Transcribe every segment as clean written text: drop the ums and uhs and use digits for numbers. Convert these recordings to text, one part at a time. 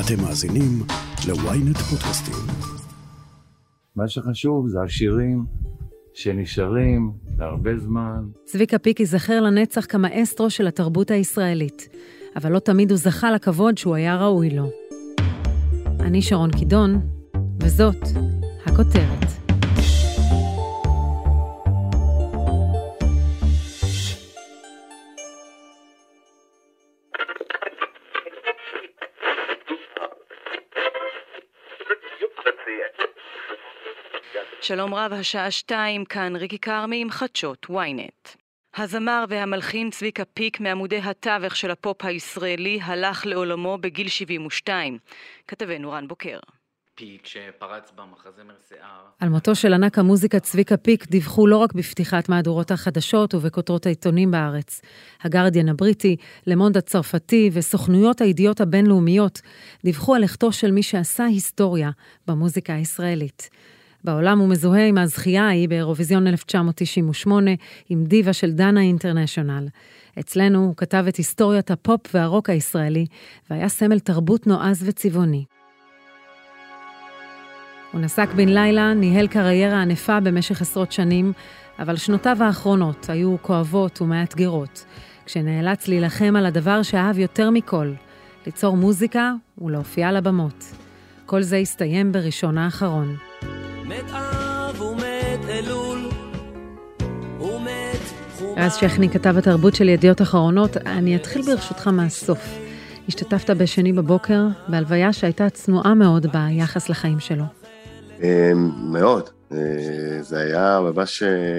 אתם מאזינים ל-ynet פודקאסטים. מה שחשוב זה השירים שנשארים להרבה זמן. צביקה פיק ייזכר לנצח כמאסטרו של התרבות הישראלית, אבל לא תמיד הוא זכה לכבוד שהוא היה ראוי לו. אני שרון קידון, וזאת הכותרת. שלום רב, השעה 2, כאן ריקי קרמי עם חדשות ynet. הזמר והמלחין צביקה פיק מעמודי התווך של הפופ הישראלי הלך לעולמו בגיל 72. כתבנו רן בוקר. פיק שפרץ במחזמר שיער. על מותו של ענק המוזיקה צביקה פיק דיווחו לא רק בפתיחת מהדורות החדשות ובכותרות העיתונים בארץ. הגרדיאן הבריטי, למונד הצרפתי וסוכנויות הידיעות הבינלאומיות דיווחו על לכתו של מי שעשה היסטוריה במוזיקה הישראלית. בעולם הוא מזוהה עם הזכייה ההיא באירוויזיון 1998 עם דיבה של דנה אינטרנשיונל. אצלנו הוא כתב את היסטוריית הפופ והרוק הישראלי והיה סמל תרבות נועז וצבעוני. הוא נסק בן לילה, ניהל קריירה ענפה במשך עשרות שנים, אבל שנותיו האחרונות היו כואבות ומאתגרות, כשנאלץ להילחם על הדבר שאהב יותר מכל, ליצור מוזיקה ולהופיע על הבמות. כל זה הסתיים בראשון האחרון. מת אב ומת אלול ומת חומה. רז שכני כתב התרבות של ידיעות אחרונות. אני אתחיל ברשותך מהסוף. השתתפת בשני בבוקר בהלוויה שהייתה צנועה מאוד ביחס לחיים שלו. מאוד. זה היה ממש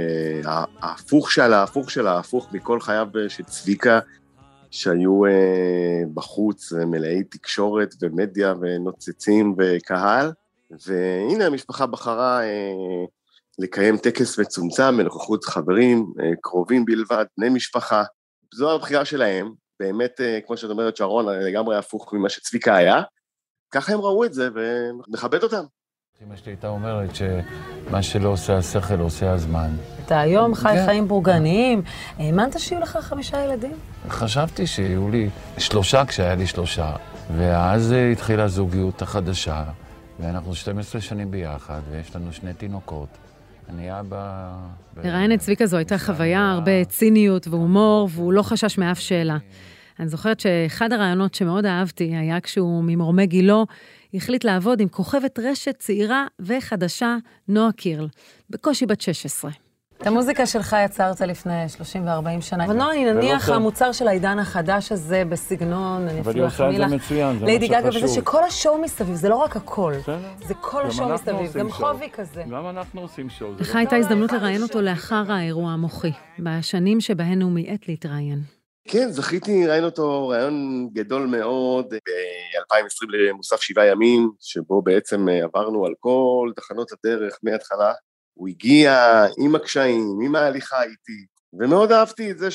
ההפוך של ההפוך מכל חייו של צביקה, שהיו בחוץ מלאי תקשורת ומדיה ונוצצים וקהל. והנה המשפחה בחרה לקיים טקס מצומצם בנוכחות חברים, קרובים בלבד, בני משפחה. זו הבחירה שלהם, באמת, כמו שאת אומרת שרון, לגמרי הפוך ממה שצביקה היה. ככה הם ראו את זה ומכבד אותם. אמא שלי הייתה אומרת שמה שלא עושה השכל עושה הזמן. אתה היום חי חיים בורגניים. האמנת שיהיו לך 5 ילדים? חשבתי שיהיו לי 3 כשהיה לי 3, ואז התחילה הזוגיות החדשה. ואנחנו 12 שנים ביחד, ויש לנו 2 תינוקות. אני אבא... לראיין את צביקה זו הייתה חוויה, הרבה ציניות והומור, והוא לא חשש מאף שאלה. אני זוכרת שאחד הרעיונות שמאוד אהבתי היה כשהוא ממורמי גילו, החליט לעבוד עם כוכבת רשת צעירה וחדשה, נועה קירל, בקושי בת 16. את המוזיקה שלך יצרת לפני 30 ו-40 שנה. אבל נועה, אני נניח המוצר של העידן החדש הזה בסגנון, אני אפילו אחמיא לך. ליידי גגה וזה שכל השואו מסביב, זה לא רק הכל. זה כל השואו מסביב, גם חובי כזה. גם אנחנו עושים שואו. לך הייתה הזדמנות לראיין אותו לאחר האירוע המוחי, בשנים שבהן הוא מיעט להתראיין. כן, זכיתי, ראיין אותו רעיון גדול מאוד ב-2020 למוסף 7 ימים, שבו בעצם עברנו על כל תחנות הדרך מההתחלה. הוא הגיע עם הקשיים, עם ההליכה איתי, ומאוד אהבתי את זה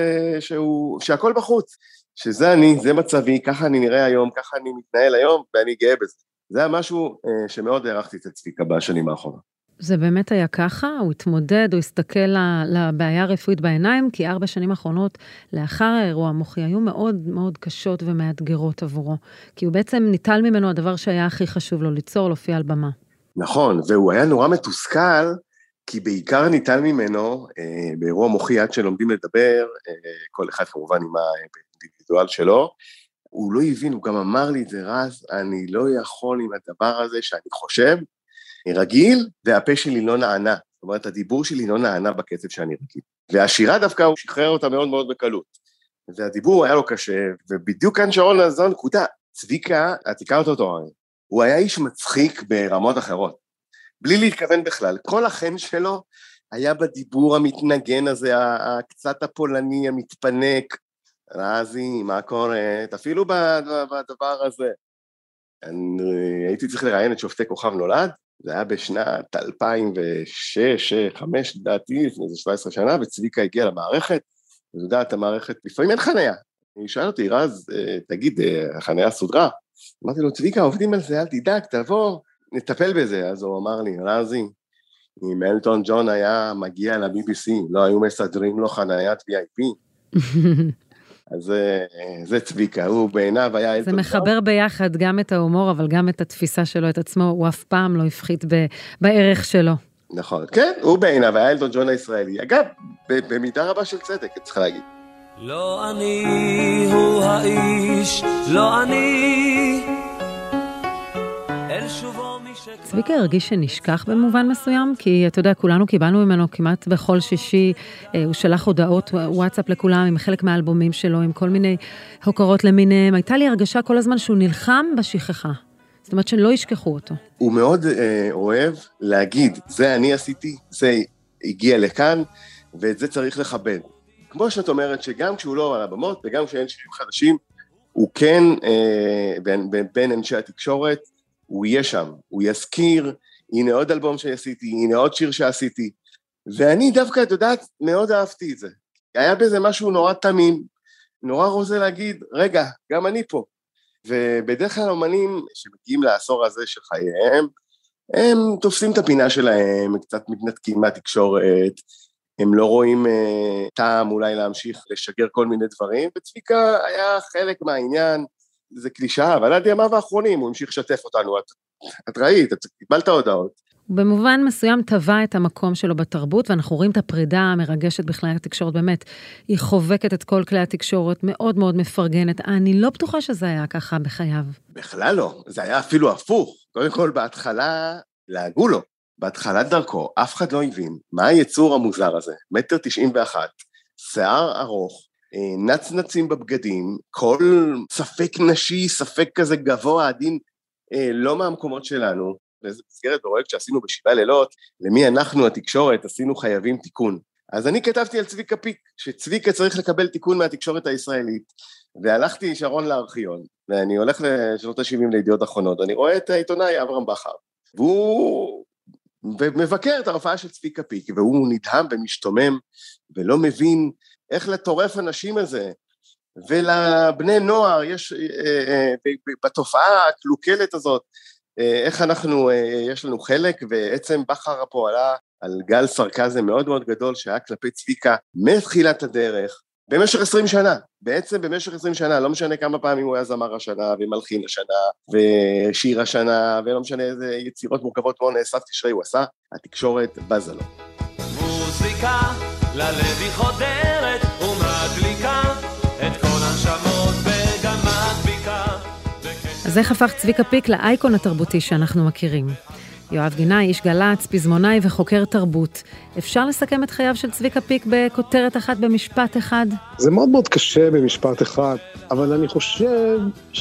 שהכל בחוץ, שזה אני, זה מצבי, ככה אני נראה היום, ככה אני מתנהל היום, ואני גאה בזה. זה היה משהו שמאוד הערכתי את צביקה בשנים האחרונות. זה באמת היה ככה? הוא התמודד, הוא הסתכל לבעיה הרפואית בעיניים, כי 4 שנים האחרונות לאחר האירוע המוחי היו מאוד מאוד קשות ומאתגרות עבורו, כי הוא בעצם ניטל ממנו הדבר שהיה הכי חשוב לו, ליצור, להופיע על במה. נכון, והוא היה נורא מתוסכל, כי בעיקר ניתן ממנו, באירוע מוחי עד שלומדים לדבר, כל אחד כמובן עם האינדיבידואל שלו, הוא לא הבין, הוא גם אמר לי את זה, רז, אני לא יכול עם הדבר הזה שאני חושב, רגיל, והפה שלי לא נענה, זאת אומרת, הדיבור שלי לא נענה בקצב שאני רגיל. והשירה דווקא הוא שחרר אותה מאוד מאוד בקלות, והדיבור היה לו קשה, ובדיוק כאן שרון הזו נקודה, צביקה, את הכרת אותו, הוא היה איש מצחיק ברמות אחרות, בלי להתכוון בכלל. כל החן שלו היה בדיבור המתנגן הזה, הקצת הפולני, המתפנק. רזי, מה קורה? אפילו בדבר הזה. הייתי צריך לראיין את שופטי כוכב נולד, זה היה בשנת 2006-2005, לדעתי, לפני 17 שנה, וצביקה הגיע למערכת, וזו יודעת, המערכת, לפעמים אין חניה. היא שאלה אותי, רז, תגיד, החניה סודרה? אמרתי לו, צביקה, עובדים על זה, אל תדאג, תבוא, נטפל בזה. אז הוא אמר לי, רזי, אם אלטון ג'ון היה מגיע ל-BBC, לא היו מסדרים לו חניית VIP. אז זה צביקה, הוא בעיניו היה אלטון ג'ון. זה מחבר ביחד גם את ההומור, אבל גם את התפיסה שלו, את עצמו, הוא אף פעם לא הפחית בערך שלו. נכון, כן, הוא בעיניו היה אלטון ג'ון הישראלי. אגב, במידה רבה של צדק, צריך להגיד. לא אני הוא האיש, לא אני אל שובו מי שכבר. צביקה הרגיש שנשכח במובן מסוים, כי אתה יודע, כולנו קיבלנו ממנו כמעט בכל שישי, הוא שלח הודעות וואטסאפ לכולם, עם חלק מהאלבומים שלו, עם כל מיני הוקרות למיניהם. הייתה לי הרגשה כל הזמן שהוא נלחם בשכחה. זאת אומרת שלא ישכחו אותו. הוא מאוד אוהב להגיד, זה אני עשיתי, זה הגיע לכאן, ואת זה צריך לכבד. כמו שאת אומרת, שגם כשהוא לא על הבמות, וגם כשאין שירים חדשים, הוא כן, בין אנשי התקשורת, הוא יהיה שם, הוא יזכיר, הנה עוד אלבום שעשיתי, הנה עוד שיר שעשיתי, ואני דווקא, את יודעת, מאוד אהבתי את זה. היה בזה משהו נורא תמים, נורא רוצה להגיד, רגע, גם אני פה. ובדרך כלל אומנים שמגיעים לעשור הזה של חייהם, הם תופסים את הפינה שלהם, קצת מתנתקים מהתקשורת, הם לא רואים טעם אולי להמשיך לשגר כל מיני דברים, וצביקה היה חלק מהעניין, זה קלישה, אבל עד ימיו האחרונים הוא המשיך לשתף אותנו, את ראית, את קיבלת הודעות. במובן מסוים טבע את המקום שלו בתרבות, ואנחנו רואים את הפרידה המרגשת בכלי התקשורת, באמת, היא חובקת את כל כלי התקשורת, מאוד מאוד מפרגנת, אני לא בטוחה שזה היה ככה בחייו. בכלל לא, זה היה אפילו הפוך, קודם כל בהתחלה להגו לו, בהתחלת דרכו, אף אחד לא הבין, מה היצור המוזר הזה, 1.91 מטר, שיער ארוך, נצנצים בבגדים, כל ספק נשי, ספק כזה גבוה, עדין, לא מהמקומות שלנו, וזה מסגרת פרויקט שעשינו בשבעה לילות, למי אנחנו התקשורת עשינו חייבים תיקון. אז אני כתבתי על צביקה פיק, שצביקה צריך לקבל תיקון מהתקשורת הישראלית, והלכתי שרון לארכיון, ואני הולך לשנות ה-70 לידיעות אחרונות, ואני רואה את העיתונאי אברהם בכר, והוא מבקר את ההופעה של צביקה פיק, והוא נדהם ומשתומם, ולא מבין איך לטורף אנשים הזה, ולבני נוער יש בתופעה הקלוקלת הזאת, איך אנחנו, יש לנו חלק, ועצם בכר פה עלה על גל סרקזם מאוד מאוד גדול, שהיה כלפי צביקה מתחילת הדרך, במשך 20 שנה, בעצם במשך 20 שנה, לא משנה כמה פעמים הוא היה זמר השנה, ומלחין השנה, ושיר השנה, ולא משנה איזה יצירות מורכבות כמו נאסף תשרי הוא עשה, התקשורת בזה לו. מוזיקה ללב היא חודרת ומדליקה את כל הנשמות וגם מדביקה. אז איך הפך צביקה פיק לאייקון התרבותי שאנחנו מכירים? יואב גינאי, איש גלץ, פזמונאי וחוקר תרבות. אפשר לסכם את חייו של צביקה פיק בכותרת אחת במשפט אחד? זה מאוד מאוד קשה במשפט אחד, אבל אני חושב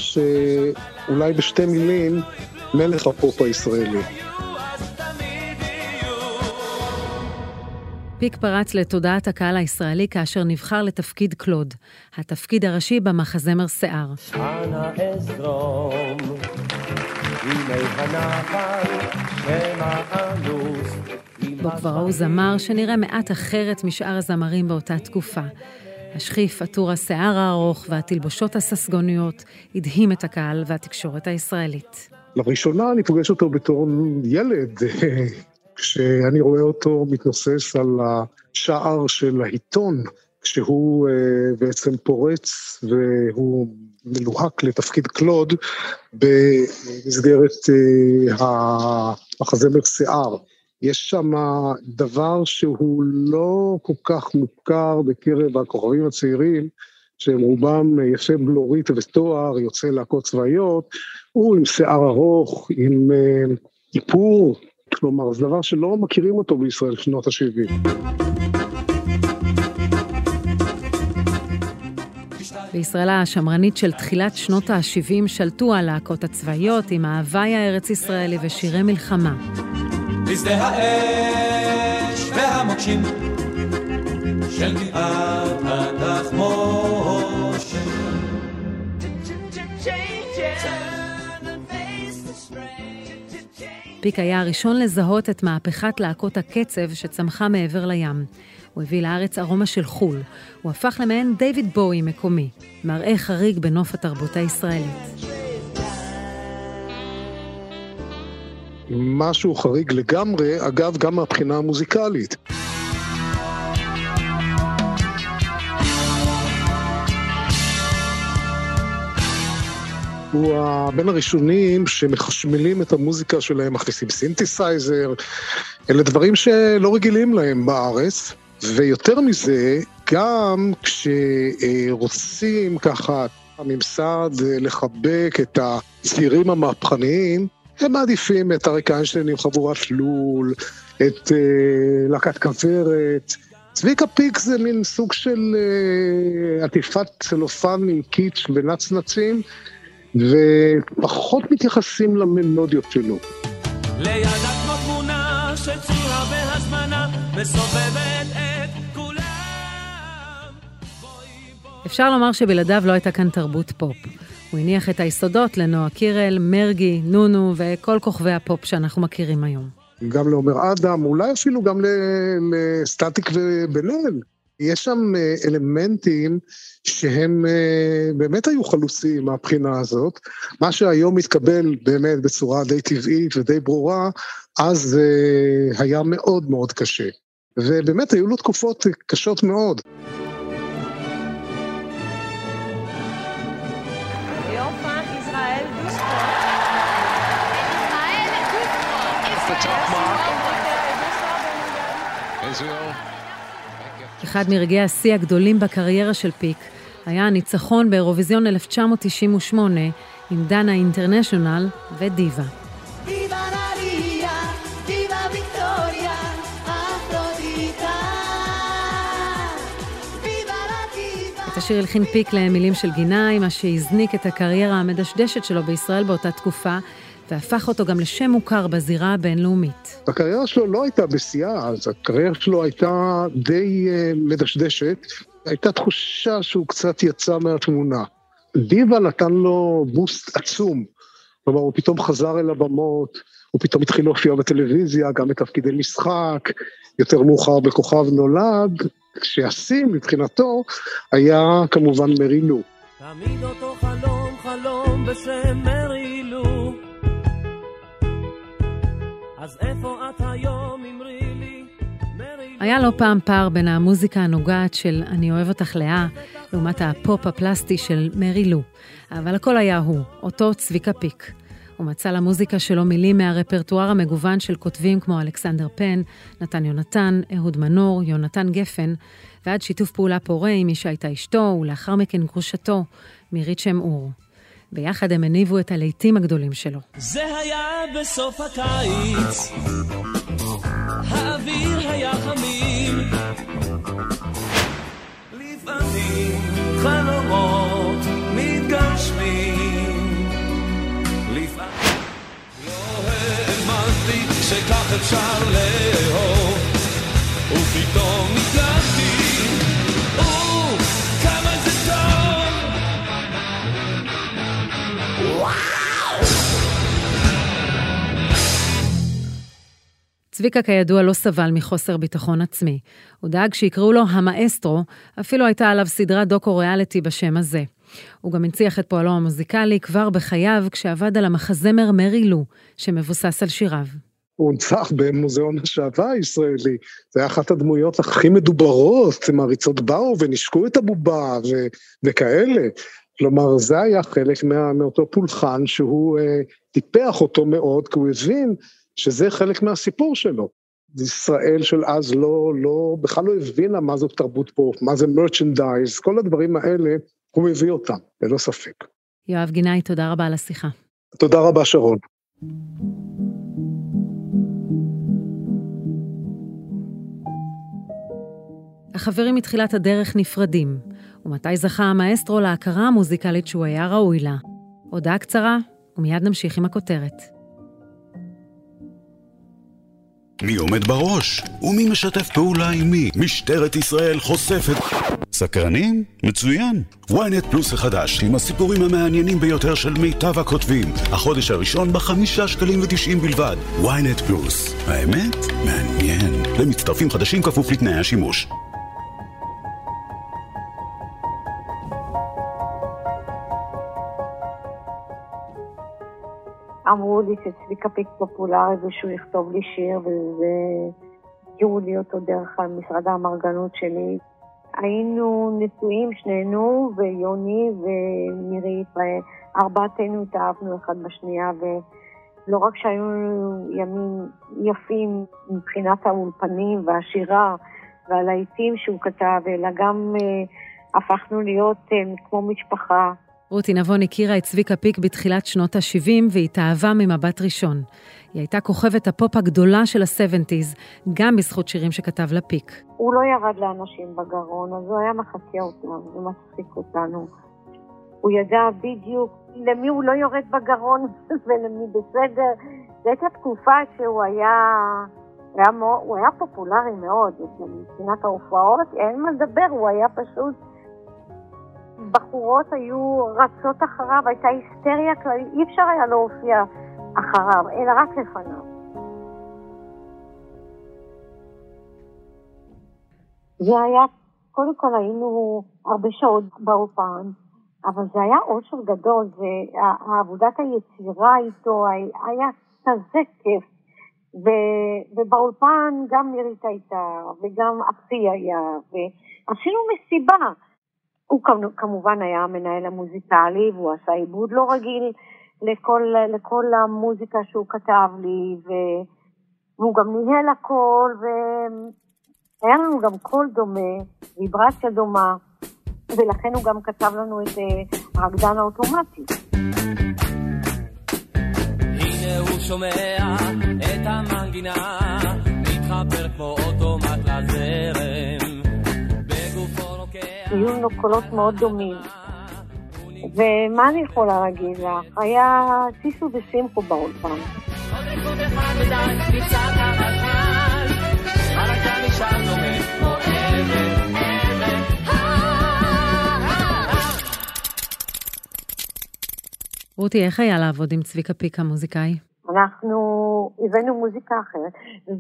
שאולי בשתי מילים, מלך הפופ הישראלי. פיק פרץ לתודעת הקהל הישראלי כאשר נבחר לתפקיד קלוד, התפקיד הראשי במחזמר שיער. אנא אזרום, ימי הנחל, שמענוס. בו כבר הוא זמר שנראה מעט אחרת משאר הזמרים באותה תקופה. השחיף, עטור השיער הארוך והתלבושות הססגוניות הדהים את הקהל והתקשורת הישראלית. לראשונה אני פוגש אותו בתור ילד, כשאני רואה אותו מתנוסס על השער של העיתון, כשהוא בעצם פורץ והוא מלוהק לתפקיד קלוד במסגרת המחזמר שיער. יש שם דבר שהוא לא כל כך מוכר בקרב הכוכבים הצעירים, שהם רובם יפה בלורית ותואר, יוצא להקות צבאיות, הוא עם שיער ארוך, עם איפור, כלומר, זה דבר שלא מכירים אותו בישראל שנות ה-70. בישראל השמרנית של תחילת שנות ה-70 שלטו הלהקות הצבאיות עם ההוואי הארץ-ישראלי ושירי מלחמה. בשדה האש והמוקשים של גבעת התחמושת. פיק היה הראשון לזהות את מהפכת להקות הקצב שצמחה מעבר לים. הוא הביא לארץ ארומה של חול. הוא הפך למעין דיוויד בואי מקומי, מראה חריג בנוף התרבות הישראלית. משהו חריג לגמרי, אגב, גם מהבחינה המוזיקלית. הוא בין הראשונים שמחשמלים את המוזיקה שלהם, מכניסים סינתסייזר, אלה דברים שלא רגילים להם בארץ, ויותר מזה, גם כשרוצים ככה הממסד לחבק את הצעירים המהפכניים, הם מעדיפים את אריק איינשטיין עם חבורת לול, את להקת כוורת. צביקה פיק זה מין סוג של עטיפת צלופן עם קיץ' ונצנצים, ופחות מתייחסים למלודיות שלו. לידה כמו תמונה שצורה בהזמנה, מסובבת את כולם. אפשר לומר שבלעדיו לא הייתה כאן תרבות פופ. הוא הניח את היסודות לנועה קירל, מרגי, נונו וכל כוכבי הפופ שאנחנו מכירים היום. גם לעומר אדם, אולי אפילו גם לסטטיק ובן אל. יש שם אלמנטים שהם באמת היו חלוצים מהבחינה הזאת. מה שהיום מתקבל באמת בצורה די טבעית ודי ברורה, אז היה מאוד מאוד קשה. ובאמת היו לו תקופות קשות מאוד. אחד מרגעי השיא הגדולים בקריירה של פיק היה הניצחון באירוויזיון 1998 עם דנה אינטרנשיונל ודיבה. את השיר הלחין פיק למילים של גינאי, מה שהזניק את הקריירה המדשדשת שלו בישראל באותה תקופה, והפך אותו גם לשם מוכר בזירה הבינלאומית. הקריירה שלו לא הייתה בשיאה, אז הקריירה שלו הייתה די מדשדשת. הייתה תחושה שהוא קצת יצא מהתמונה. דיבה נתן לו בוסט עצום. כלומר, הוא פתאום חזר אל הבמות, הוא פתאום התחיל להופיע בטלוויזיה, גם בתפקידי משחק, יותר מאוחר בכוכב נולד, כשהשיא מבחינתו היה כמובן מרי לו. תמיד אותו חלום, חלום בשם מרי לו. אז איפה את היום אמרי לי, מרי לו? היה לא פעם פער בין המוזיקה הנוגעת של אני אוהב אותך לאה, לעומת הפופ הפלסטי של מרי לו. אבל הכל היה הוא, אותו צביקה פיק. הוא מצא למוזיקה שלו מילים מהרפרטואר המגוון של כותבים כמו אלכסנדר פן, נתן יונתן, אהוד מנור, יונתן גפן, ועד שיתוף פעולה פורה עם מי שהייתה אשתו, ולאחר מכן גרושתו, מירית שם אור. ביחד הם הניבו את הלהיטים הגדולים שלו. זה היה בסוף הקיץ, האוויר היה חמים, לפעמים חלומות מתגשמים, לפעמים לא האמנתי שכך אפשר לאהוב, ופתאום נקלטתי, כמה זה טוב. צביקה כידוע לא סבל מחוסר ביטחון עצמי. הוא דאג שיקראו לו המאסטרו, אפילו הייתה עליו סדרת דוקו ריאליטי בשם הזה. הוא גם הנציח את פועלו המוזיקלי כבר בחייו כשעבד על המחזמר מרי לו, שמבוסס על שיריו. הוא הונצח במוזיאון השעווה הישראלי, זה היה אחת הדמויות הכי מדוברות, מעריצות באו ונשקו את הבובה וכאלה. כלומר, זה היה חלק מאותו פולחן שהוא טיפח אותו מאוד, כי הוא הבין שזה חלק מהסיפור שלו. ישראל של אז בכלל לא הבינה מה זאת תרבות פופ, מה זה מרצ'נדייז, כל הדברים האלה, הוא מביא אותם, ללא ספק. יואב גינאי, תודה רבה על השיחה. תודה רבה, שרון. החברים מתחילת הדרך נפרדים, ומתי זכה המאסטרו להכרה המוזיקלית שהוא היה ראוי לה. הודעה קצרה, ומיד נמשיך עם הכותרת. מי עומד בראש? ומי משתף פעולה עם מי? משטרת ישראל חושפת. סקרנים? מצוין. ynet פלוס החדש, עם הסיפורים המעניינים ביותר של מיטב הכותבים. החודש הראשון ב5 שקלים ו90 בלבד. ynet פלוס. האמת? מעניין. למצטרפים חדשים כפוף לתנאי השימוש. אמרו לי שצביקה פיק פופולרי ושהוא יכתוב לי שיר, והגיעו לי אותו דרך משרד האמרגנות שלי. היינו נשואים שנינו, ויוני ומירי, וארבעתנו התאהבנו אחד בשנייה, ולא רק שהיו ימים יפים מבחינת האולפנים והשירה והלהיטים שהוא כתב, אלא גם הפכנו להיות כמו משפחה. רותי נבון הכירה את צביקה פיק בתחילת שנות ה-70 והתאהבה ממבט ראשון. היא הייתה כוכבת הפופ הגדולה של ה-70s, גם בזכות שירים שכתב לפיק. הוא לא ירד לאנשים בגרון, אז הוא היה מחכה אותם ומצחיק אותנו. הוא ידע בדיוק למי הוא לא יורד בגרון ולמי בסדר. זו הייתה תקופה שהוא היה פופולרי מאוד, מבחינת ההופעות, אין מה לדבר, הוא היה פשוט... בחורות היו רצות אחריו, הייתה היסטריה כללית, אי אפשר היה להופיע אחריו, אלא רק לפניו. זה היה, קודם כל היינו הרבה שעות באופן, אבל זה היה אושר גדול, עבודת היצירה איתו היה כזה כיף, ובאולפן גם מירית הייתה, וגם אחי היה, ועשינו מסיבה. הוא כמובן היה המנהל המוזיקלי, והוא עשה עיבוד לא רגיל לכל המוזיקה שהוא כתב לי, והוא גם ניהל הכל, והיה לנו גם קול דומה, ויברציה דומה, ולכן הוא גם כתב לנו את הרקדן האוטומטי. הנה הוא שומע את המנגינה, מתחבר כמו אוטומט לזרם. היו לו קולות מאוד דומים. ומה אני יכולה להגיד לך? היה סיסו ושמחו באולפן. רותי, איך היה לעבוד עם צביקה פיק המוזיקאי? אנחנו הבאנו מוזיקה אחרת,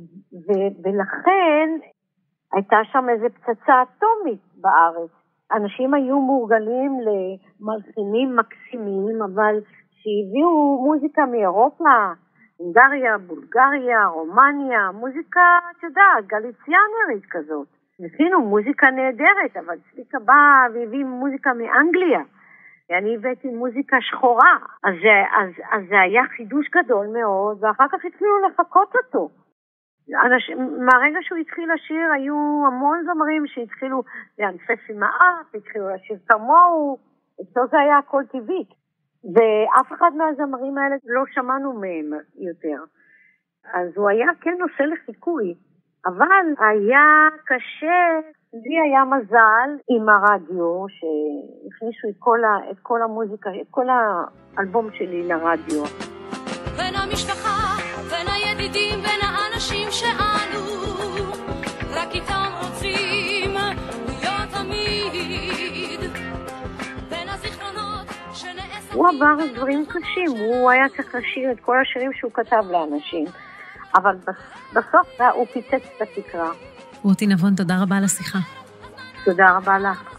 ולכן הייתה שם איזו פצצה אטומית בארץ. אנשים היו מורגלים למלחינים מקסימים, אבל שהביאו מוזיקה מאירופה, הונגריה, בולגריה, רומניה, מוזיקה, אתה יודע, גליציאנרית כזאת. עשינו מוזיקה נהדרת, אבל צביקה בא והביא מוזיקה מאנגליה. אני הבאתי מוזיקה שחורה, אז זה היה חידוש גדול מאוד, ואחר כך התחילו לחכות אותו. מהרגע שהוא התחיל לשיר, היו המון זמרים שהתחילו להנפף עם האף, התחילו לשיר כמוהו, אצלו זה היה הכל טבעי. ואף אחד מהזמרים האלה לא שמענו מהם יותר. אז הוא היה כן נושא לחיקוי, אבל היה קשה, לי היה מזל עם הרדיו, שהכניסו את כל המוזיקה, את כל האלבום שלי לרדיו. בין המשפחה, בין הידידים, בין האנשים שאנו, רק איתם רוצים להיות תמיד. בין הזיכרונות שנאספים... הוא עבר דברים קשים, הוא היה צריך לשיר את כל השירים שהוא כתב לאנשים. אבל בסוף הוא פיצץ את התקרה. רותי נבון, תודה רבה על השיחה. תודה רבה לך.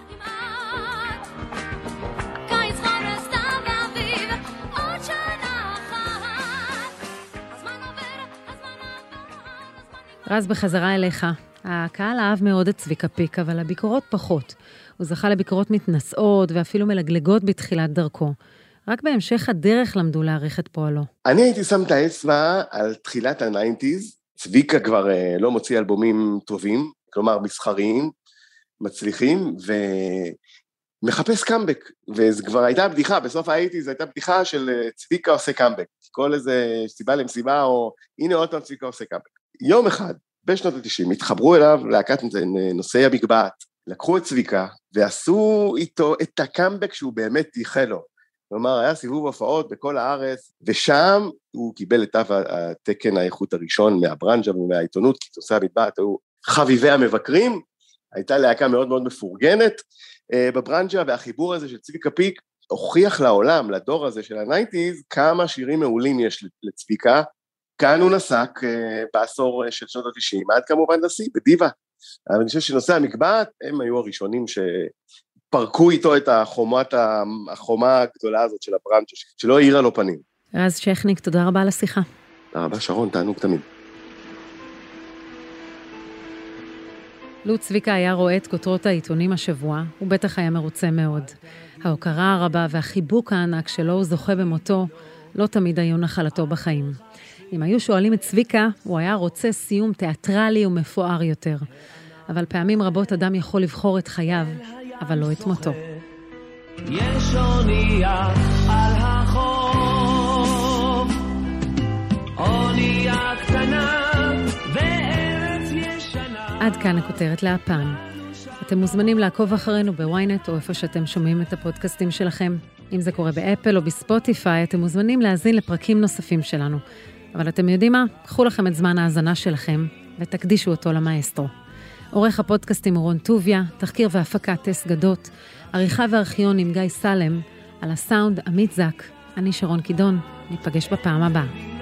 רז, בחזרה אליך. הקהל אהב מאוד את צביקה פיק, אבל הביקורות פחות. הוא זכה לביקורות מתנשאות ואפילו מלגלגות בתחילת דרכו. רק בהמשך הדרך למדו להעריך את פועלו. אני הייתי שם את האצבע על תחילת ה-90s. צביקה כבר לא מוציא אלבומים טובים, כלומר מסחריים, מצליחים, ומחפש קאמבק. וזו כבר הייתה בדיחה, בסוף ה-80s זו הייתה בדיחה של צביקה עושה קאמבק. כל איזה סיבה למסיבה, או הנה עוד פעם צביקה עושה קאמבק. יום אחד, בשנות ה-90, התחברו אליו להקת נושאי המגבעת, לקחו את צביקה, ועשו איתו את הקאמבק שהוא באמת ייחל לו. כלומר, היה סיבוב הופעות בכל הארץ, ושם הוא קיבל את התקן האיכות הראשון מהברנז'ה ומהעיתונות, כי נושאי המגבעת היו חביבי המבקרים, הייתה להקה מאוד מאוד מפורגנת בברנז'ה, והחיבור הזה של צביקה פיק הוכיח לעולם, לדור הזה של ה-90s, כמה שירים מעולים יש לצביקה, כאן הוא נסק בעשור של שנות ה-90, עד כמובן לשיא, בדיבה. אבל אני חושב שנושאי המגבעת, הם היו הראשונים שפרקו איתו את החומה הגדולה הזאת של הברנז'ה, שלא העירה לו פנים. רז שכניק, תודה רבה על השיחה. תודה רבה שרון, תענוג תמיד. לו צביקה היה רואה את כותרות העיתונים השבוע, הוא בטח היה מרוצה מאוד. ההוקרה הרבה והחיבוק הענק שלו הוא זוכה במותו, לא תמיד היו נחלתו בחיים. אם היו שואלים את צביקה, הוא היה רוצה סיום תיאטרלי ומפואר יותר. אבל פעמים רבות אדם יכול לבחור את חייו, אבל לא את מותו. יש אונייה על החוף, אונייה קטנה בארץ ישנה. עד כאן הכותרת להפעם. אתם מוזמנים לעקוב אחרינו בוויינט או איפה שאתם שומעים את הפודקאסטים שלכם. אם זה קורה באפל או בספוטיפיי, אתם מוזמנים להאזין לפרקים נוספים שלנו. אבל אתם יודעים מה? קחו לכם את זמן ההאזנה שלכם ותקדישו אותו למאסטרו. עורך הפודקאסטים אורון טוביה, תחקיר והפקה טס גדות, עריכה וארכיון עם גיא סלם, על הסאונד עמית זק, אני שרון קידון, ניפגש בפעם הבאה.